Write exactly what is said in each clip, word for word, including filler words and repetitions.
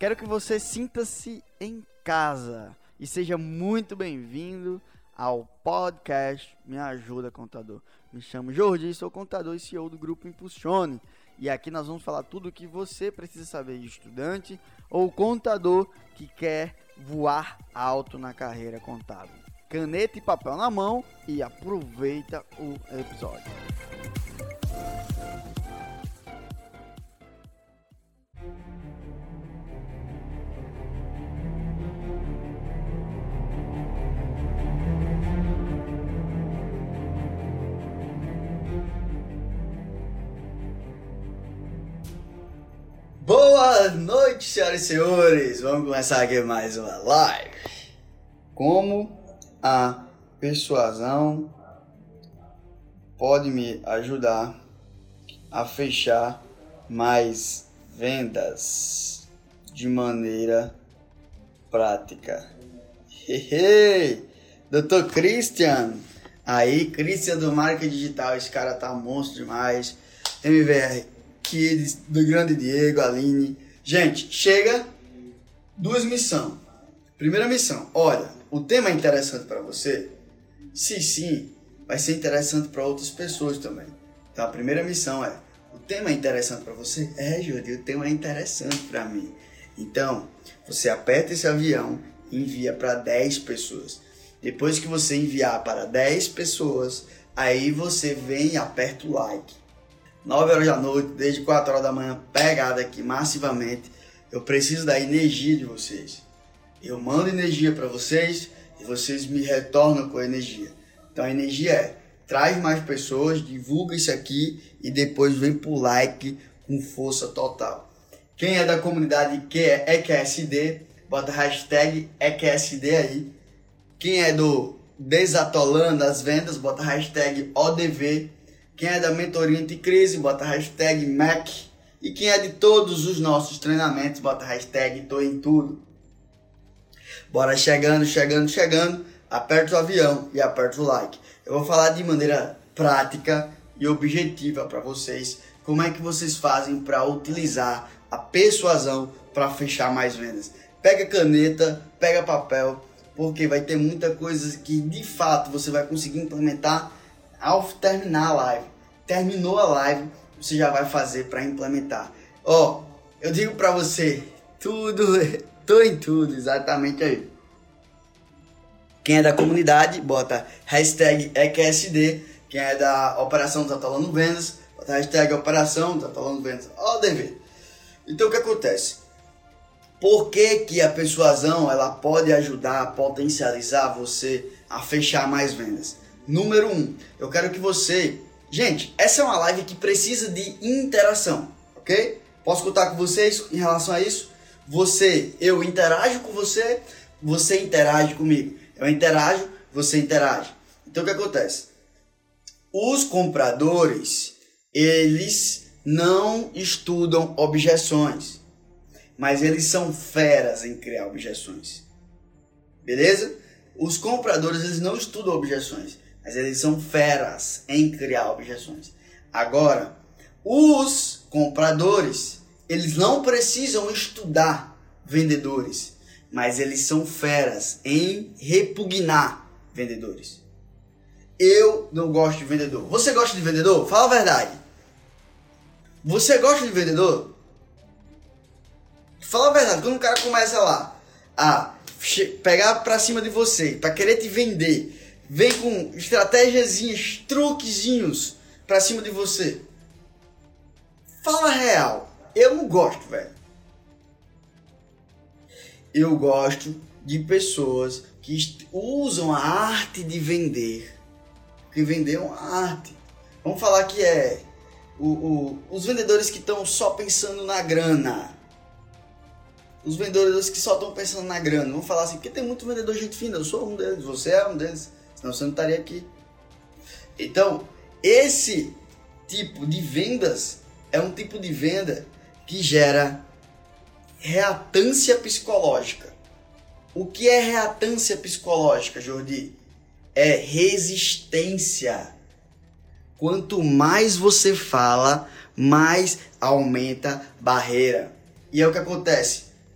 Quero que você sinta-se em casa e seja muito bem-vindo ao podcast Me Ajuda Contador. Me chamo Jordi, sou contador e C E O do Grupo Impulsione. E aqui nós vamos falar tudo o que você precisa saber de estudante ou contador que quer voar alto na carreira contábil. Caneta e papel na mão e aproveita o episódio. Boa noite, senhoras e senhores! Vamos começar aqui mais uma live. Como a persuasão pode me ajudar a fechar mais vendas de maneira prática. Hehe! doutor Christian! Aí, Christian do Marketing Digital, esse cara tá monstro demais. M V R Kids, do grande Diego, Aline. Gente, chega duas missões. Primeira missão, olha, o tema é interessante para você? Se sim, vai ser interessante para outras pessoas também. Então a primeira missão é, o tema é interessante para você? É, Jordi, o tema é interessante para mim. Então, você aperta esse avião e envia para dez pessoas. Depois que você enviar para dez pessoas, aí você vem e aperta o like. nove horas da noite, desde quatro horas da manhã, pegada aqui massivamente. Eu preciso da energia de vocês. Eu mando energia para vocês e vocês me retornam com a energia. Então a energia é, traz mais pessoas, divulga isso aqui e depois vem pro like com força total. Quem é da comunidade que é E Q S D, bota hashtag E Q S D aí. Quem é do Desatolando as Vendas, bota hashtag O D V. Quem é da mentoria anticrise, bota hashtag M A C. E quem é de todos os nossos treinamentos, bota hashtag Tô em Tudo. Bora chegando, chegando, chegando. Aperta o avião e aperta o like. Eu vou falar de maneira prática e objetiva para vocês. Como é que vocês fazem para utilizar a persuasão para fechar mais vendas. Pega caneta, pega papel, porque vai ter muita coisa que de fato você vai conseguir implementar ao terminar a live. Terminou a live, você já vai fazer para implementar. Ó, oh, eu digo para você, tudo, tô em tudo, exatamente aí. Quem é da comunidade, bota hashtag E Q S D. Quem é da Operação Desatolando Vendas, bota hashtag Operação Desatolando Vendas. Ó, D V. Então o que acontece? Por que que a persuasão ela pode ajudar a potencializar você a fechar mais vendas? Número um, eu quero que você... Gente, essa é uma live que precisa de interação, ok? Posso contar com vocês em relação a isso? Você, eu interajo com você, você interage comigo. Eu interajo, você interage. Então o que acontece? Os compradores, eles não estudam objeções, mas eles são feras em criar objeções. Beleza? Os compradores, eles não estudam objeções, mas eles são feras em criar objeções. Agora, os compradores, eles não precisam estudar vendedores, mas eles são feras em repugnar vendedores. Eu não gosto de vendedor. Você gosta de vendedor? Fala a verdade. Você gosta de vendedor? Fala a verdade. Quando o cara começa lá a pegar pra cima de você, pra querer te vender, vem com estratégiazinhas, truquezinhos pra cima de você. Fala a real. Eu não gosto, velho. Eu gosto de pessoas que usam a arte de vender. Porque vender é uma arte. Vamos falar que é o, o, os vendedores que estão só pensando na grana. Os vendedores que só estão pensando na grana. Vamos falar assim, porque tem muito vendedor gente fina. Eu sou um deles, você é um deles. Senão você não estaria aqui. Então, esse tipo de vendas é um tipo de venda que gera reatância psicológica. O que é reatância psicológica, Jordi? É resistência. Quanto mais você fala, mais aumenta barreira. E é o que acontece.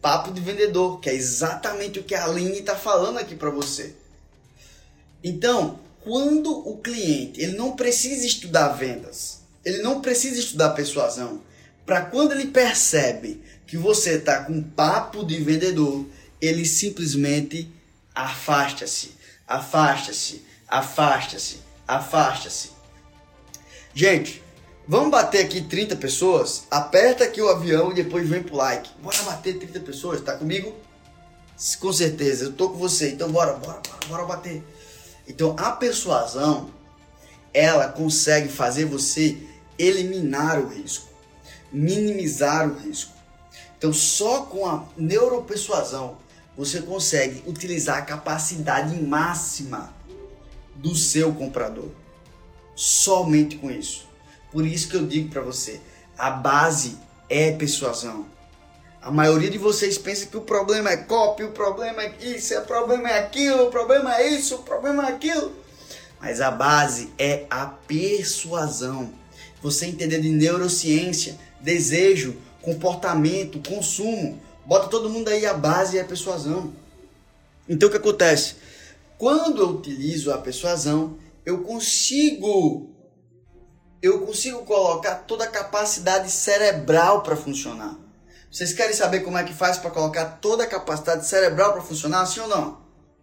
papo de vendedor, que é exatamente o que a Aline está falando aqui para você. Então, quando o cliente ele não precisa estudar vendas, ele não precisa estudar persuasão, para quando ele percebe que você está com papo de vendedor, ele simplesmente afasta-se, afasta-se, afasta-se, afasta-se. Gente, vamos bater aqui trinta pessoas? Aperta aqui o avião e depois vem pro like. Bora bater trinta pessoas, tá comigo? Com certeza, eu tô com você, então bora, bora, bora, bora bater. Então a persuasão, ela consegue fazer você eliminar o risco, minimizar o risco. Então só com a neuropersuasão você consegue utilizar a capacidade máxima do seu comprador. Somente com isso. Por isso que eu digo para você, a base é persuasão. A maioria de vocês pensa que o problema é copy, o problema é isso, o problema é aquilo, o problema é isso, o problema é aquilo. Mas a base é a persuasão. Você entender de neurociência, desejo, comportamento, consumo. Bota todo mundo aí, a base é a persuasão. Então o que acontece? Quando eu utilizo a persuasão, eu consigo, eu consigo colocar toda a capacidade cerebral para funcionar. Vocês querem saber como é que faz para colocar toda a capacidade cerebral para funcionar, sim ou não?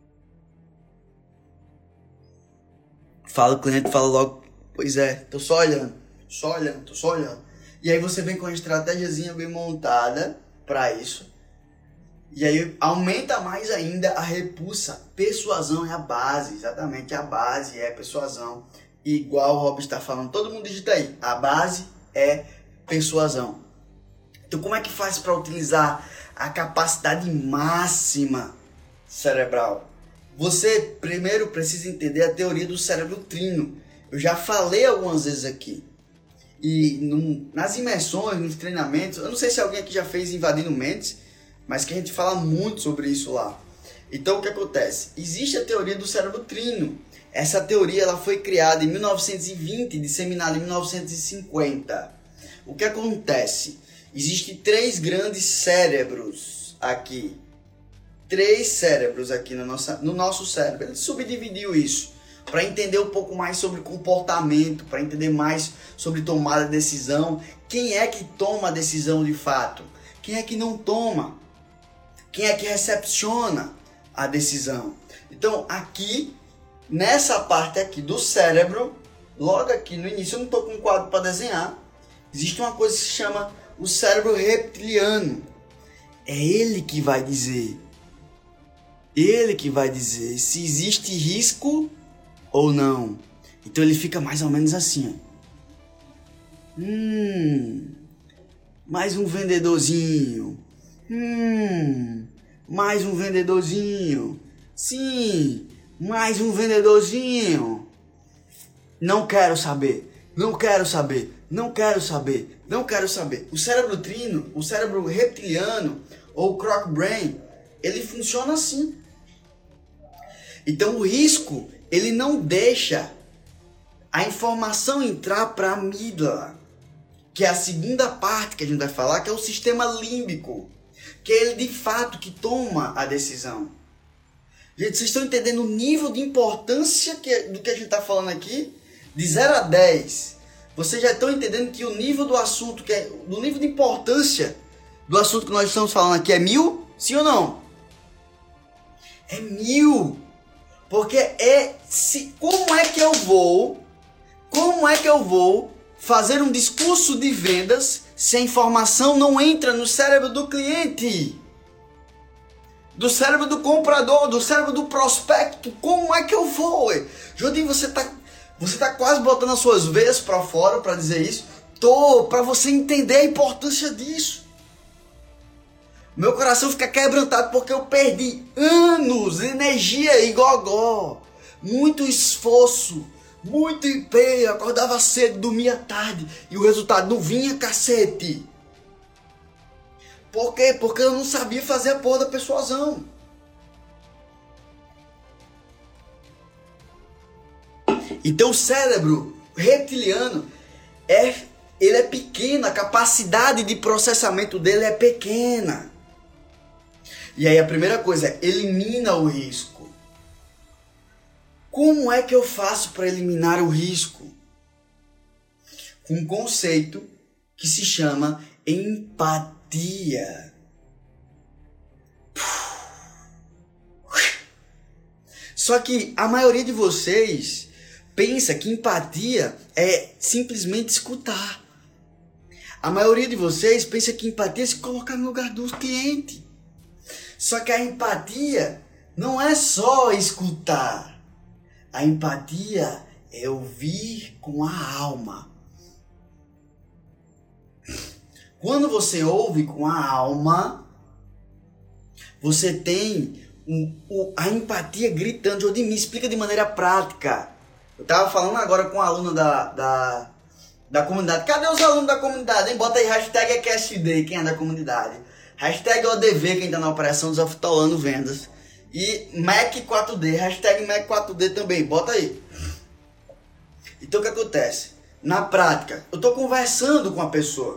Fala o cliente, fala logo, pois é, tô só olhando, só olhando, tô só olhando. E aí você vem com uma estratégiazinha bem montada para isso. E aí aumenta mais ainda a repulsa. Persuasão é a base, exatamente, a base é persuasão. Igual o Rob está falando, todo mundo digita aí, a base é persuasão. Então como é que faz para utilizar a capacidade máxima cerebral? Você primeiro precisa entender a teoria do cérebro trino. Eu já falei algumas vezes aqui. E no, nas imersões, nos treinamentos, eu não sei se alguém aqui já fez Invadindo Mentes, mas que a gente fala muito sobre isso lá. Então o que acontece? Existe a teoria do cérebro trino. Essa teoria ela foi criada em mil novecentos e vinte e disseminada em mil novecentos e cinquenta. O que acontece? Existem três grandes cérebros aqui. Três cérebros aqui no nosso, no nosso cérebro. Ele subdividiu isso para entender um pouco mais sobre comportamento, para entender mais sobre tomada de decisão. Quem é que toma a decisão de fato? Quem é que não toma? Quem é que recepciona a decisão? Então aqui, nessa parte aqui do cérebro, logo aqui no início, eu não estou com um quadro para desenhar, existe uma coisa que se chama o cérebro reptiliano. É ele que vai dizer, ele que vai dizer se existe risco ou não. Então ele fica mais ou menos assim, ó. Hum, mais um vendedorzinho. Hum, mais um vendedorzinho. Sim, mais um vendedorzinho. Não quero saber, não quero saber, não quero saber, não quero saber. O cérebro trino, o cérebro reptiliano ou croc brain, ele funciona assim. Então o risco, ele não deixa a informação entrar para a amígdala, que é a segunda parte que a gente vai falar, que é o sistema límbico, que é ele de fato que toma a decisão. Gente, vocês estão entendendo o nível de importância que, do que a gente está falando aqui? De zero a dez. Vocês já estão entendendo que o nível do assunto, que é, do nível de importância do assunto que nós estamos falando aqui é mil? Sim ou não? É mil. Porque é... Se, como é que eu vou... Como é que eu vou fazer um discurso de vendas se a informação não entra no cérebro do cliente? Do cérebro do comprador, do cérebro do prospecto? Como é que eu vou? Jodinho, você tá, você tá quase botando as suas veias para fora para dizer isso? Tô, para você entender a importância disso. Meu coração fica quebrantado porque eu perdi anos, energia e gogó, muito esforço, muito empenho, acordava cedo, dormia tarde e o resultado não vinha, cacete. Por quê? Porque eu não sabia fazer a porra da persuasão. Então o cérebro reptiliano, é, ele é pequeno, a capacidade de processamento dele é pequena. E aí a primeira coisa é elimina o risco. Como é que eu faço para eliminar o risco? Com um conceito que se chama empatia. Só que a maioria de vocês pensa que empatia é simplesmente escutar. A maioria de vocês pensa que empatia é se colocar no lugar do cliente. Só que a empatia não é só escutar. A empatia é ouvir com a alma. Quando você ouve com a alma, você tem um, um, a empatia gritando. Jodi, me explica de maneira prática. Eu tava falando agora com um aluno da, da, da comunidade. Cadê os alunos da comunidade, hein? Bota aí hashtag E Q S D, quem é da comunidade. Hashtag O D V, quem tá na operação Desafitolando Vendas. E Mac quatro D, hashtag Mac quatro D também, bota aí. Então o que acontece? Na prática, eu tô conversando com a pessoa.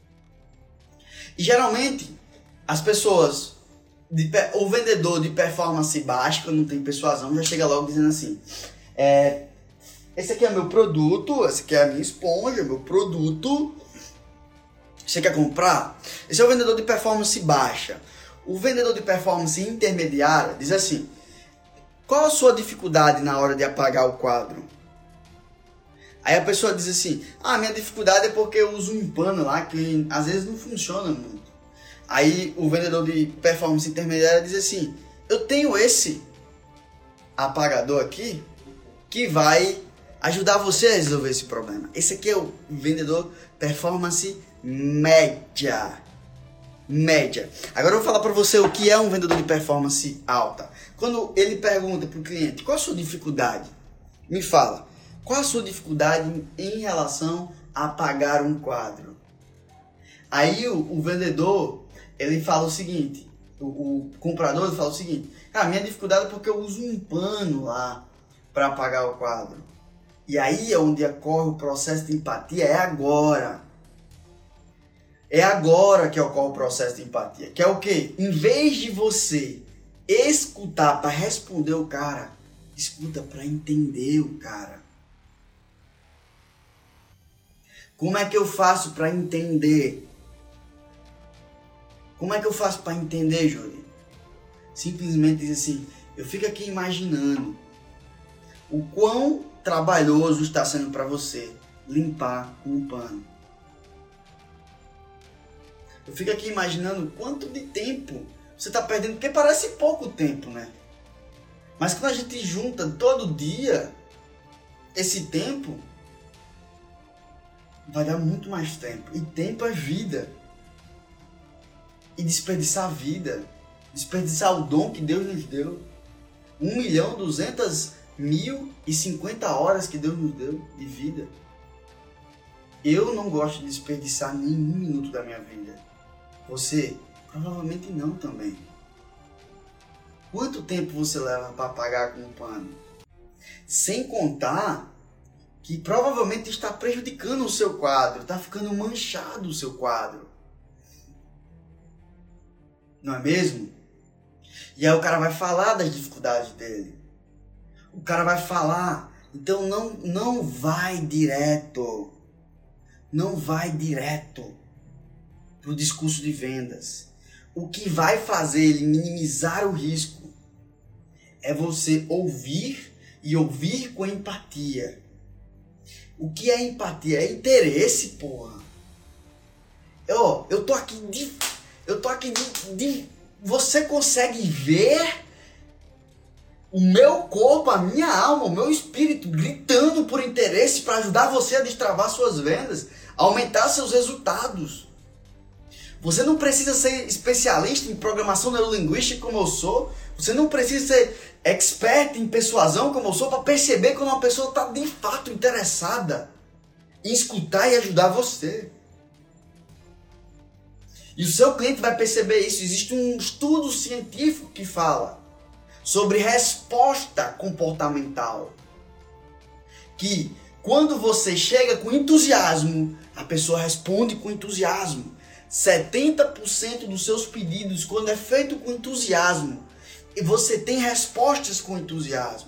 E geralmente, as pessoas, de, o vendedor de performance baixa, quando não tem persuasão, já chega logo dizendo assim, é, esse aqui é meu produto, esse aqui é a minha esponja, meu produto, você quer comprar? Esse é o vendedor de performance baixa. O vendedor de performance intermediária diz assim, qual a sua dificuldade na hora de apagar o quadro? Aí a pessoa diz assim, ah, minha dificuldade é porque eu uso um pano lá que às vezes não funciona muito. Aí o vendedor de performance intermediária diz assim, eu tenho esse apagador aqui que vai ajudar você a resolver esse problema. Esse aqui é o vendedor performance média. Média. Agora eu vou falar para você o que é um vendedor de performance alta. Quando ele pergunta para o cliente, qual a sua dificuldade? Me fala. Qual a sua dificuldade em relação a apagar um quadro? Aí o, o vendedor, ele fala o seguinte, o, o comprador ele fala o seguinte, ah, minha dificuldade é porque eu uso um pano lá para apagar o quadro. E aí é onde ocorre o processo de empatia, é agora. É agora que ocorre o processo de empatia, que é o quê? Em vez de você escutar para responder o cara, escuta para entender o cara. Como é que eu faço para entender? Como é que eu faço para entender, Júlio? Simplesmente diz assim, eu fico aqui imaginando o quão trabalhoso está sendo para você limpar um pano. Eu fico aqui imaginando quanto de tempo você está perdendo, porque parece pouco tempo, né? Mas quando a gente junta todo dia esse tempo, vai dar muito mais tempo. E tempo é vida. E desperdiçar a vida, desperdiçar o dom que Deus nos deu. Um milhão, duzentas mil e cinquenta horas que Deus nos deu de vida. Eu não gosto de desperdiçar nenhum minuto da minha vida. Você, provavelmente não também. Quanto tempo você leva para apagar com um pano? Sem contar que provavelmente está prejudicando o seu quadro, está ficando manchado o seu quadro. Não é mesmo? E aí o cara vai falar das dificuldades dele. O cara vai falar. Então não, não vai direto. Não vai direto para o discurso de vendas. O que vai fazer ele minimizar o risco é você ouvir e ouvir com empatia. O que é empatia? É interesse, porra. Eu, eu tô aqui de... Eu tô aqui de, de... Você consegue ver o meu corpo, a minha alma, o meu espírito gritando por interesse para ajudar você a destravar suas vendas, aumentar seus resultados. Você não precisa ser especialista em programação neurolinguística como eu sou. Você não precisa ser expert em persuasão como eu sou para perceber quando uma pessoa está de fato interessada em escutar e ajudar você. E o seu cliente vai perceber isso. Existe um estudo científico que fala sobre resposta comportamental. Que quando você chega com entusiasmo, a pessoa responde com entusiasmo. setenta por cento dos seus pedidos, quando é feito com entusiasmo, e você tem respostas com entusiasmo.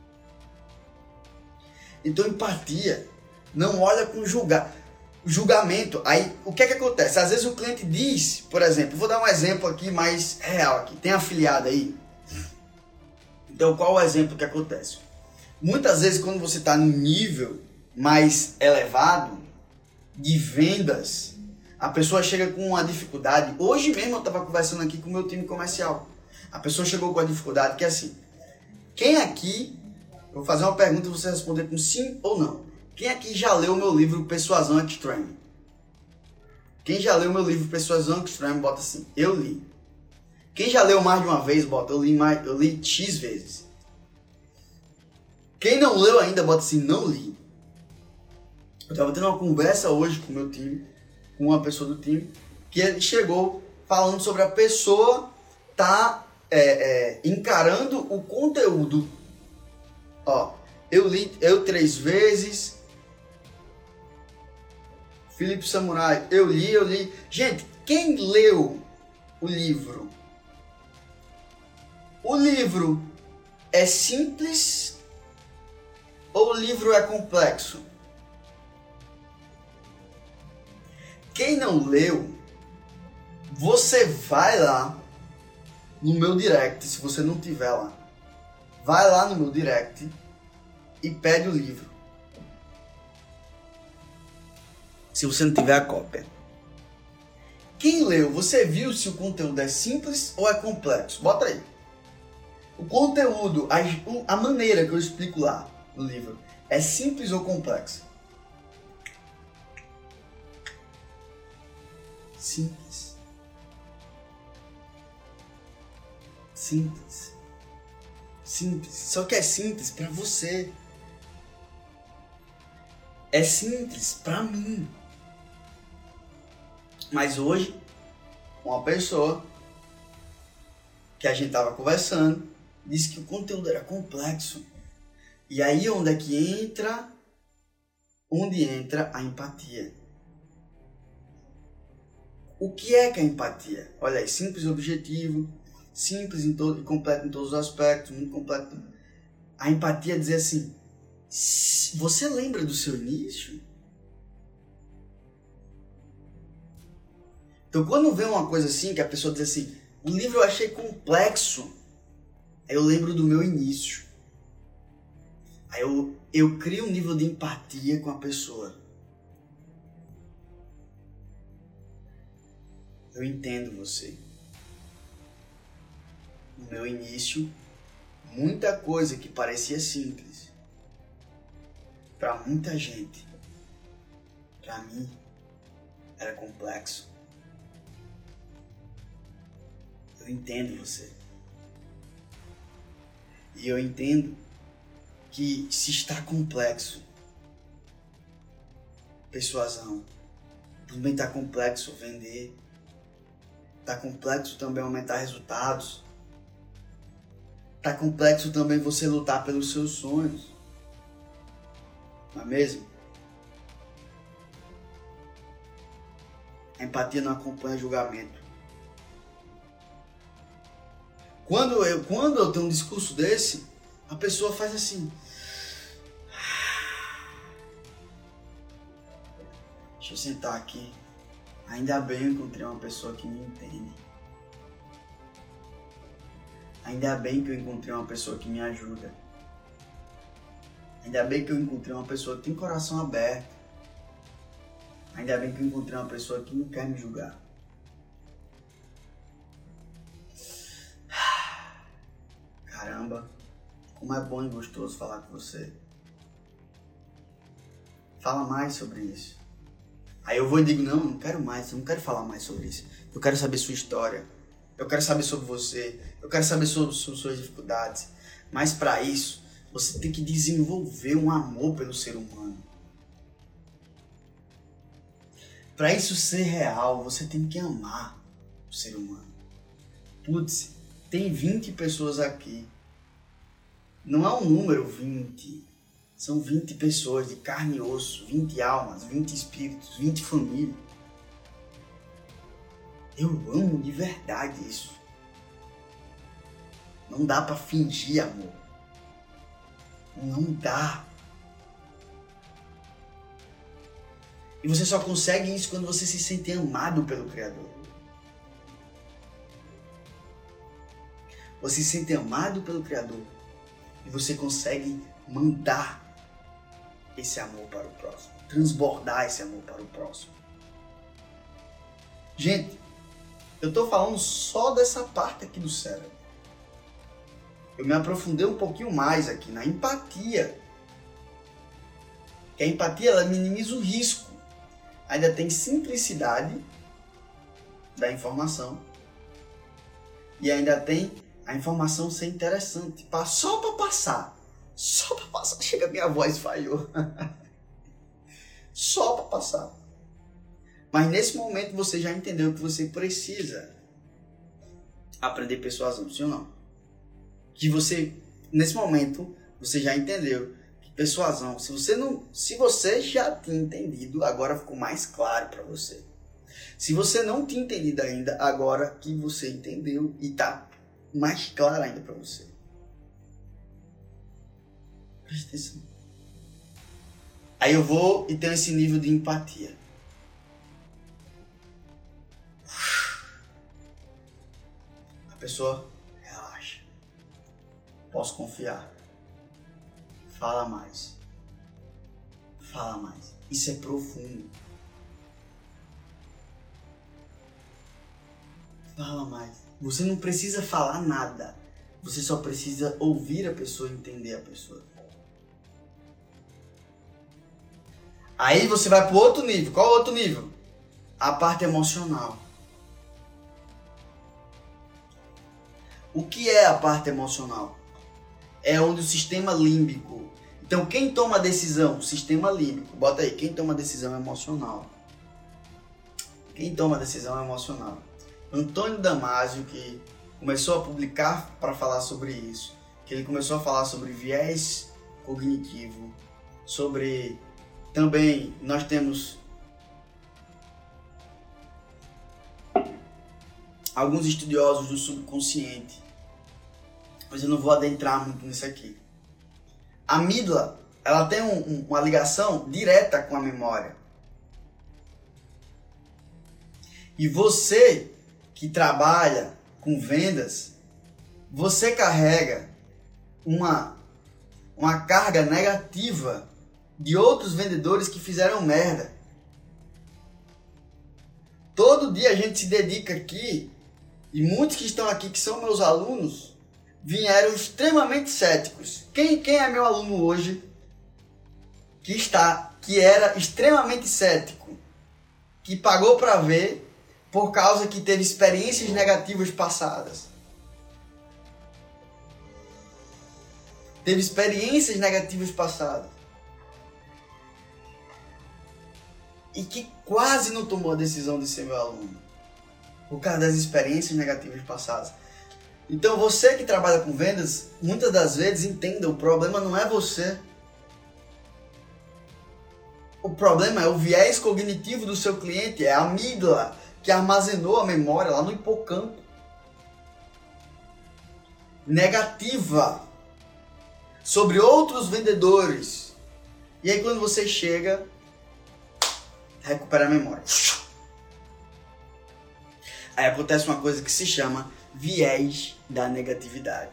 Então, empatia não olha com julgar, julgamento. Aí, o que é que acontece? Às vezes o cliente diz, por exemplo, vou dar um exemplo aqui mais real aqui. Tem afiliado aí? Então, qual o exemplo que acontece? Muitas vezes, quando você está num nível mais elevado de vendas, a pessoa chega com uma dificuldade. Hoje mesmo eu estava conversando aqui com o meu time comercial. A pessoa chegou com a dificuldade que é assim. Quem aqui, eu vou fazer uma pergunta e você responder com sim ou não. Quem aqui já leu o meu livro Persuasão Extreme? Quem já leu o meu livro Persuasão Extreme, bota assim, eu li. Quem já leu mais de uma vez, bota, eu li, mais, eu li X vezes. Quem não leu ainda, bota assim, não li. Eu estava tendo uma conversa hoje com o meu time, com uma pessoa do time, que ele chegou falando sobre a pessoa tá é, é, encarando o conteúdo. Ó, eu li eu três vezes. Felipe Samurai, eu li, eu li. Gente, quem leu o livro? O livro é simples ou o livro é complexo? Quem não leu, você vai lá no meu direct, se você não tiver lá. Vai lá no meu direct e pede o livro. Se você não tiver a cópia. Quem leu, você viu se o conteúdo é simples ou é complexo? Bota aí. O conteúdo, a, a maneira que eu explico lá no livro, é simples ou complexo? Simples. Simples. Simples. Só que é simples para você. É simples para mim. Mas hoje, uma pessoa que a gente tava conversando disse que o conteúdo era complexo. E aí onde é que entra? Onde entra a empatia? O que é que é empatia? Olha aí, simples e objetivo, simples em todo, e completo em todos os aspectos, muito completo. A empatia é dizer assim, você lembra do seu início? Então quando vem uma coisa assim, que a pessoa diz assim, o livro eu achei complexo, aí eu lembro do meu início. Aí eu, eu crio um nível de empatia com a pessoa. Eu entendo você. No meu início, muita coisa que parecia simples, para muita gente, para mim, era complexo. Eu entendo você. E eu entendo que se está complexo, persuasão, também está complexo vender, está complexo também aumentar resultados, está complexo também você lutar pelos seus sonhos, não é mesmo? A empatia não acompanha julgamento. Quando eu, quando eu tenho um discurso desse, a pessoa faz assim. Deixa eu sentar aqui. Ainda bem eu encontrei uma pessoa que me entende. Ainda bem que eu encontrei uma pessoa que me ajuda. Ainda bem que eu encontrei uma pessoa que tem coração aberto. Ainda bem que eu encontrei uma pessoa que não quer me julgar. Caramba, como é bom e gostoso falar com você. Fala mais sobre isso. Aí eu vou e digo, não, não quero mais, eu não quero falar mais sobre isso. Eu quero saber sua história. Eu quero saber sobre você. Eu quero saber sobre, sobre suas dificuldades. Mas para isso, você tem que desenvolver um amor pelo ser humano. Para isso ser real, você tem que amar o ser humano. Putz, tem vinte pessoas aqui. Não é um número vinte. São vinte pessoas de carne e osso, vinte almas, vinte espíritos, vinte famílias. Eu amo de verdade isso. Não dá pra fingir amor. Não dá. E você só consegue isso quando você se sente amado pelo Criador. Você se sente amado pelo Criador. E você consegue mandar esse amor para o próximo. Transbordar esse amor para o próximo. Gente, eu estou falando só dessa parte aqui do cérebro. Eu me aprofundei um pouquinho mais aqui na empatia. Que a empatia, ela minimiza o risco. Ainda tem simplicidade da informação. E ainda tem a informação ser interessante. Só para passar. Só para passar. Chega, minha voz falhou. Só para passar. Mas nesse momento você já entendeu que você precisa aprender persuasão, sim ou não? Que você, nesse momento, você já entendeu que persuasão, se você não, se você já tinha entendido, agora ficou mais claro para você. Se você não tinha entendido ainda, agora que você entendeu e tá mais claro ainda para você. Presta atenção. Aí eu vou e tenho esse nível de empatia. A pessoa relaxa. Posso confiar. Fala mais. Fala mais. Isso é profundo. Fala mais. Você não precisa falar nada. Você só precisa ouvir a pessoa e entender a pessoa. Aí você vai para o outro nível. Qual é o outro nível? A parte emocional. O que é a parte emocional? É onde o sistema límbico... Então, quem toma a decisão? O sistema límbico. Bota aí, quem toma a decisão é emocional. Quem toma a decisão é emocional. Antônio Damasio, que começou a publicar para falar sobre isso, que ele começou a falar sobre viés cognitivo, sobre... Também nós temos alguns estudiosos do subconsciente, mas eu não vou adentrar muito nisso aqui. A amígdala, ela tem um, um, uma ligação direta com a memória. E você que trabalha com vendas, você carrega uma, uma carga negativa de outros vendedores que fizeram merda. Todo dia a gente se dedica aqui, e muitos que estão aqui, que são meus alunos, vieram extremamente céticos. Quem, quem é meu aluno hoje que está, que era extremamente cético, que pagou para ver por causa que teve experiências negativas passadas? Teve experiências negativas passadas. E que quase não tomou a decisão de ser meu aluno, por causa das experiências negativas passadas. Então você que trabalha com vendas, muitas das vezes entenda, o problema não é você. O problema é o viés cognitivo do seu cliente, é a amígdala que armazenou a memória lá no hipocampo. Negativa sobre outros vendedores. E aí quando você chega... recupera a memória. Aí acontece uma coisa que se chama viés da negatividade.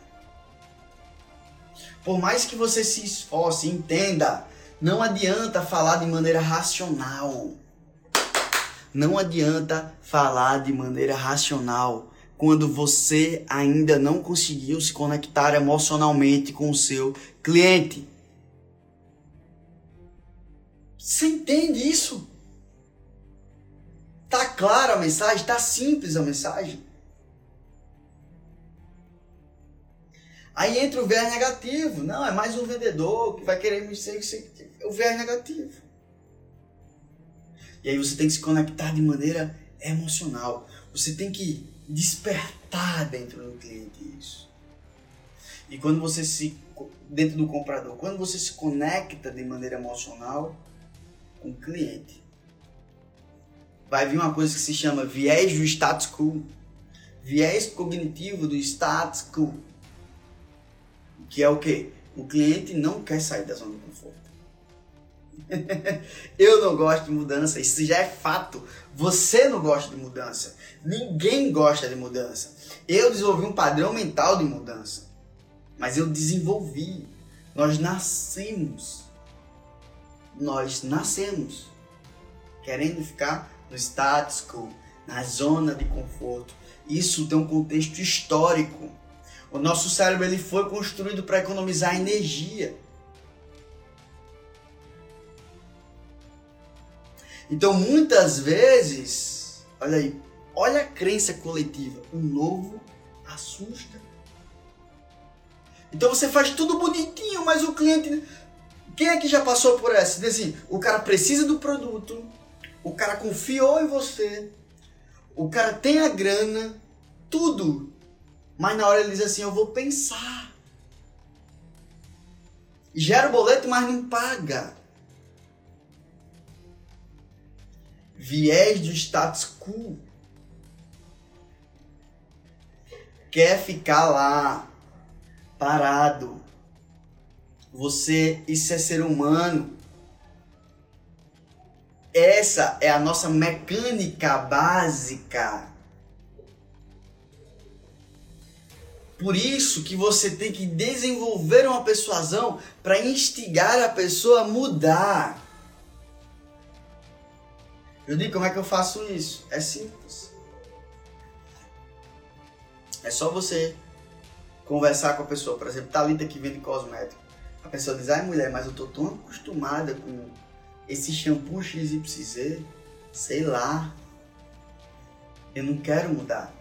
Por mais que você se esforce, entenda, não adianta falar de maneira racional. Não adianta falar de maneira racional quando você ainda não conseguiu se conectar emocionalmente com o seu cliente. Você entende isso? Tá clara a mensagem? Tá simples a mensagem? Aí entra o viés negativo. Não, é mais um vendedor que vai querer me ser... É o viés negativo. E aí você tem que se conectar de maneira emocional. Você tem que despertar dentro do cliente isso. E quando você se... dentro do comprador, quando você se conecta de maneira emocional com o cliente, vai vir uma coisa que se chama viés do status quo. Viés cognitivo do status quo. Que é o quê? O cliente não quer sair da zona de conforto. Eu não gosto de mudança, isso já é fato. Você não gosta de mudança. Ninguém gosta de mudança. Eu desenvolvi um padrão mental de mudança. Mas eu desenvolvi. Nós nascemos. Nós nascemos querendo ficar no status quo, na zona de conforto. Isso tem um contexto histórico. O nosso cérebro ele foi construído para economizar energia. Então, muitas vezes, olha aí, olha a crença coletiva, o novo assusta. Então você faz tudo bonitinho, mas o cliente... Quem aqui já passou por essa? Assim, o cara precisa do produto, o cara confiou em você, o cara tem a grana, tudo. Mas na hora ele diz assim, eu vou pensar. Gera o boleto, mas não paga. Viés do status quo. Quer ficar lá, parado. Você, isso é ser humano. Essa é a nossa mecânica básica. Por isso que você tem que desenvolver uma persuasão para instigar a pessoa a mudar. Eu digo, como é que eu faço isso? É simples. É só você conversar com a pessoa. Por exemplo, Thalita que vende cosmético. A pessoa diz, ai mulher, mas eu tô tão acostumada com esse shampoo X Y Z, sei lá, eu não quero mudar.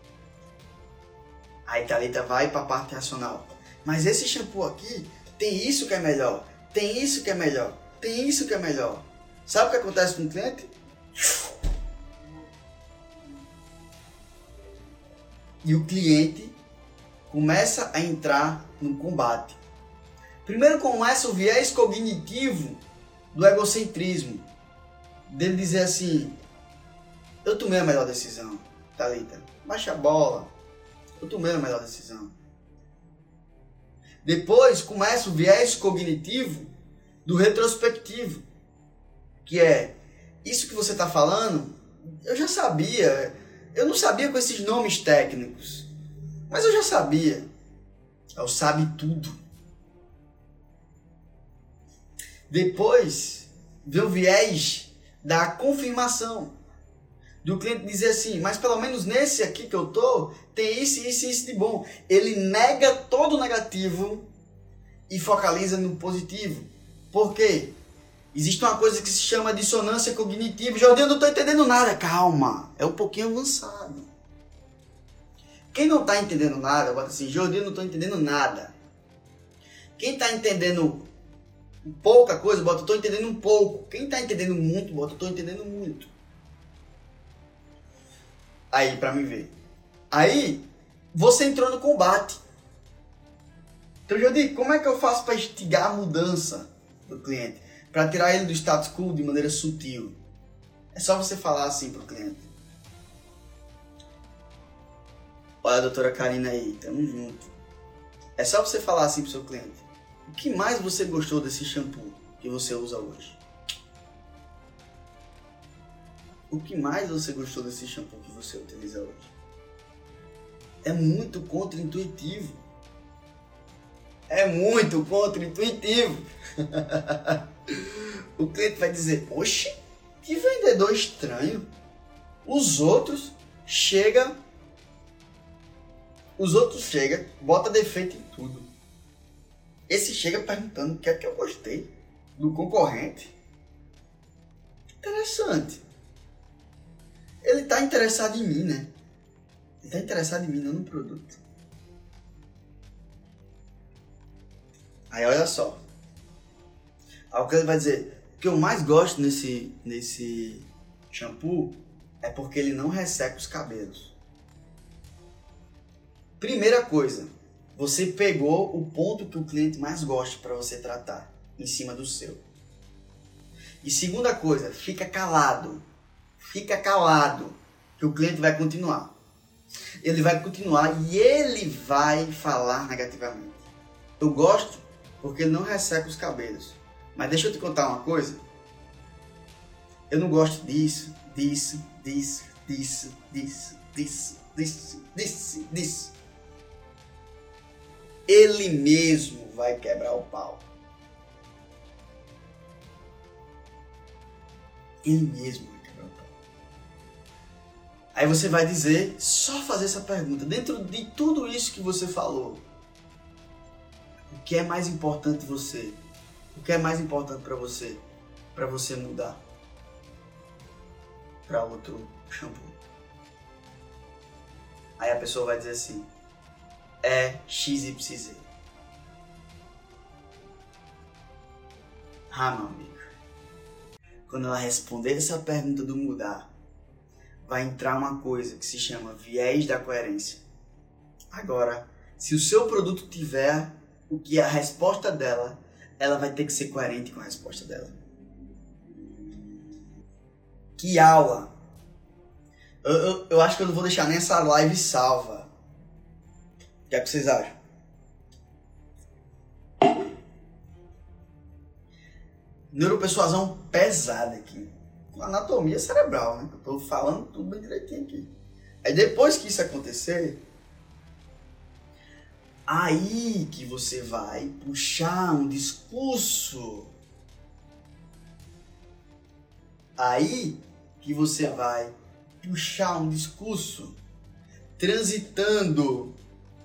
Aí Thalita vai para a parte racional. Mas esse shampoo aqui tem isso que é melhor, tem isso que é melhor, tem isso que é melhor. Sabe o que acontece com o cliente? E o cliente começa a entrar no combate. Primeiro começa o viés cognitivo do egocentrismo. Dele dizer assim, eu tomei a melhor decisão, Thalita, baixa a bola, eu tomei a melhor decisão. Depois começa o viés cognitivo do retrospectivo, que é, isso que você está falando, eu já sabia, eu não sabia com esses nomes técnicos, mas eu já sabia, eu sabe tudo. Depois vem o viés da confirmação. Do cliente dizer assim, mas pelo menos nesse aqui que eu tô, tem isso, isso e isso de bom. Ele nega todo o negativo e focaliza no positivo. Por quê? Existe uma coisa que se chama dissonância cognitiva. Jordi, eu não tô entendendo nada. Calma, é um pouquinho avançado. Quem não tá entendendo nada, bota assim, Jordi, eu não tô entendendo nada. Quem tá entendendo pouca coisa, bota, eu tô entendendo um pouco. Quem tá entendendo muito, bota, eu tô entendendo muito. Aí, pra mim ver. Aí, você entrou no combate. Então, eu digo, como é que eu faço para instigar a mudança do cliente? Para tirar ele do status quo de maneira sutil. É só você falar assim pro cliente. Olha a doutora Karina aí, tamo junto. É só você falar assim pro seu cliente. O que mais você gostou desse shampoo que você usa hoje? O que mais você gostou desse shampoo que você utiliza hoje? É muito contra-intuitivo. É muito contra-intuitivo. O cliente vai dizer, oxe, que vendedor estranho. Os outros chega, os outros chega, bota defeito em tudo. Esse chega perguntando o que é que eu gostei do concorrente. Interessante. Ele está interessado em mim, né? Ele está interessado em mim, não no produto. Aí olha só. Aí o que ele vai dizer, o que eu mais gosto nesse, nesse shampoo é porque ele não resseca os cabelos. Primeira coisa, você pegou o ponto que o cliente mais gosta para você tratar, em cima do seu. E segunda coisa, fica calado. Fica calado, que o cliente vai continuar. Ele vai continuar e ele vai falar negativamente. Eu gosto porque ele não resseca os cabelos. Mas deixa eu te contar uma coisa. Eu não gosto disso, disso, disso, disso, disso, disso, disso, disso, disso. Ele mesmo vai quebrar o pau. Ele mesmo vai quebrar o pau. Aí você vai dizer, só fazer essa pergunta. Dentro de tudo isso que você falou, o que é mais importante você? O que é mais importante para você? Para você mudar para outro shampoo. Aí a pessoa vai dizer assim, é X Y Z. Ah, meu amigo. Quando ela responder essa pergunta do mudar, vai entrar uma coisa que se chama viés da coerência. Agora, se o seu produto tiver o que é a resposta dela, ela vai ter que ser coerente com a resposta dela. Que aula! Eu, eu, eu acho que eu não vou deixar nem essa live salva. O que é que vocês acham? Neuropersuasão pesada aqui. Anatomia cerebral, né? Eu tô falando tudo bem direitinho aqui. Aí depois que isso acontecer, aí que você vai puxar um discurso. Aí que você vai puxar um discurso transitando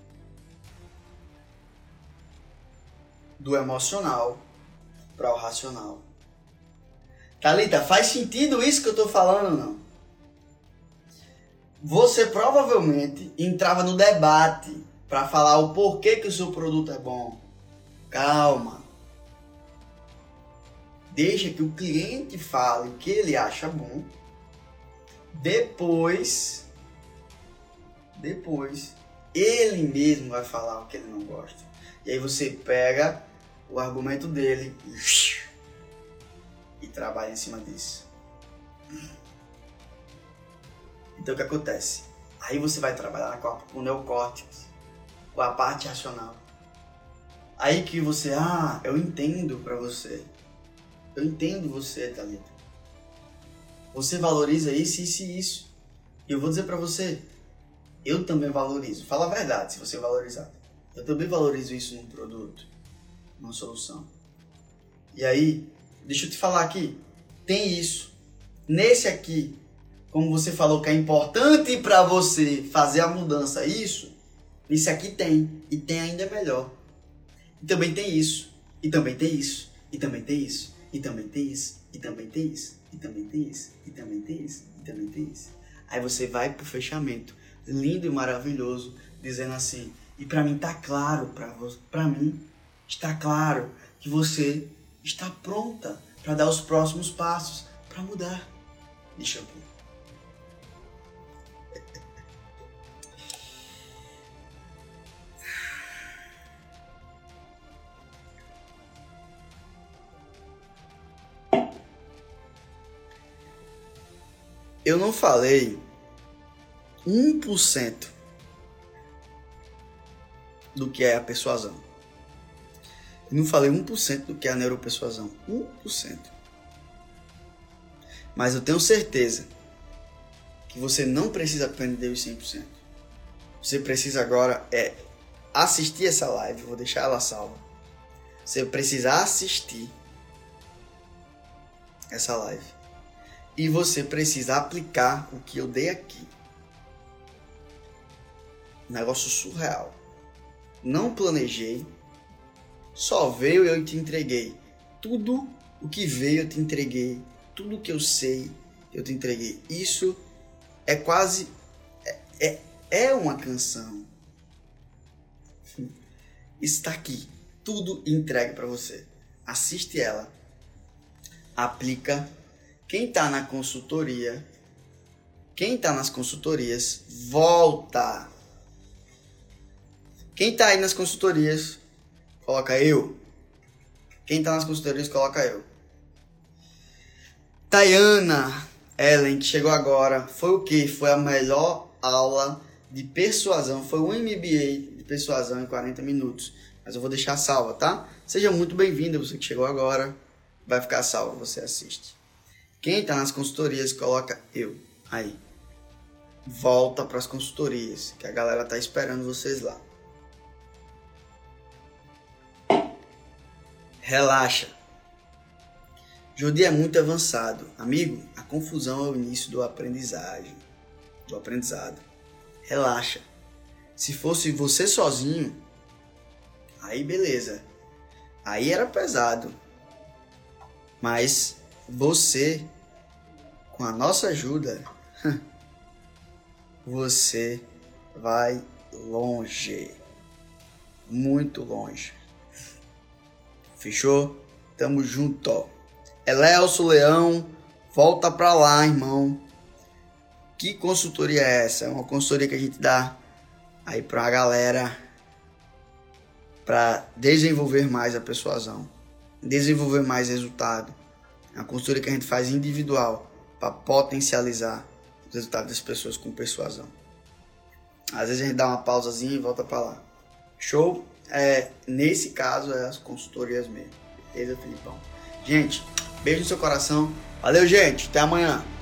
do emocional para o racional. Thalita, faz sentido isso que eu tô falando ou não? Você provavelmente entrava no debate para falar o porquê que o seu produto é bom. Calma. Deixa que o cliente fale o que ele acha bom. Depois, depois, ele mesmo vai falar o que ele não gosta. E aí você pega o argumento dele e trabalha em cima disso. Então o que acontece? Aí você vai trabalhar com o neocórtex, com a parte racional. Aí que você, ah, eu entendo pra você. Eu entendo você, Thalita. Você valoriza isso, isso e isso. E eu vou dizer pra você, eu também valorizo. Fala a verdade, se você valorizar. Eu também valorizo isso num produto, numa solução. E aí, deixa eu te falar aqui, tem isso. Nesse aqui, como você falou que é importante pra você fazer a mudança, isso, nesse aqui tem. E tem ainda melhor. E também tem isso. E também tem isso. E também tem isso. E também tem isso. E também tem isso. E também tem isso. E também tem isso. E também tem isso. Aí você vai pro fechamento, lindo e maravilhoso, dizendo assim, e pra mim tá claro, pra, você, pra mim está claro que você está pronta para dar os próximos passos para mudar de shampoo. Eu não falei um por cento do que é a persuasão. Eu não falei um por cento do que é a neuropersuasão. um por cento. Mas eu tenho certeza que você não precisa aprender os cem por cento. Você precisa agora é assistir essa live. Vou deixar ela salva. Você precisa assistir essa live. E você precisa aplicar o que eu dei aqui. Um negócio surreal. Não planejei. Só veio e eu te entreguei. Tudo o que veio eu te entreguei. Tudo o que eu sei eu te entreguei. Isso é quase... É, é, é uma canção. Está aqui. Tudo entregue para você. Assiste ela. Aplica. Quem está na consultoria... Quem está nas consultorias, volta. Quem está aí nas consultorias... Coloca eu. Quem tá nas consultorias, coloca eu. Tayana, Ellen, que chegou agora. Foi o quê? Foi a melhor aula de persuasão. Foi um M B A de persuasão em quarenta minutos. Mas eu vou deixar salva, tá? Seja muito bem-vindo, você que chegou agora. Vai ficar salvo, você assiste. Quem tá nas consultorias, coloca eu. Aí. Volta pras consultorias, que a galera tá esperando vocês lá. Relaxa. Jordi é muito avançado. Amigo, a confusão é o início do aprendizagem. Do aprendizado. Relaxa. Se fosse você sozinho, aí beleza. Aí era pesado. Mas você, com a nossa ajuda, você vai longe. Muito longe. Fechou? Tamo junto. Elelso Leão, volta pra lá, irmão. Que consultoria é essa? É uma consultoria que a gente dá aí pra galera pra desenvolver mais a persuasão, desenvolver mais resultado. É uma consultoria que a gente faz individual para potencializar os resultados das pessoas com persuasão. Às vezes a gente dá uma pausazinha e volta pra lá. Show? É, nesse caso é as consultorias mesmo. Beleza, Filipão? Gente, beijo no seu coração. Valeu, gente. Até amanhã.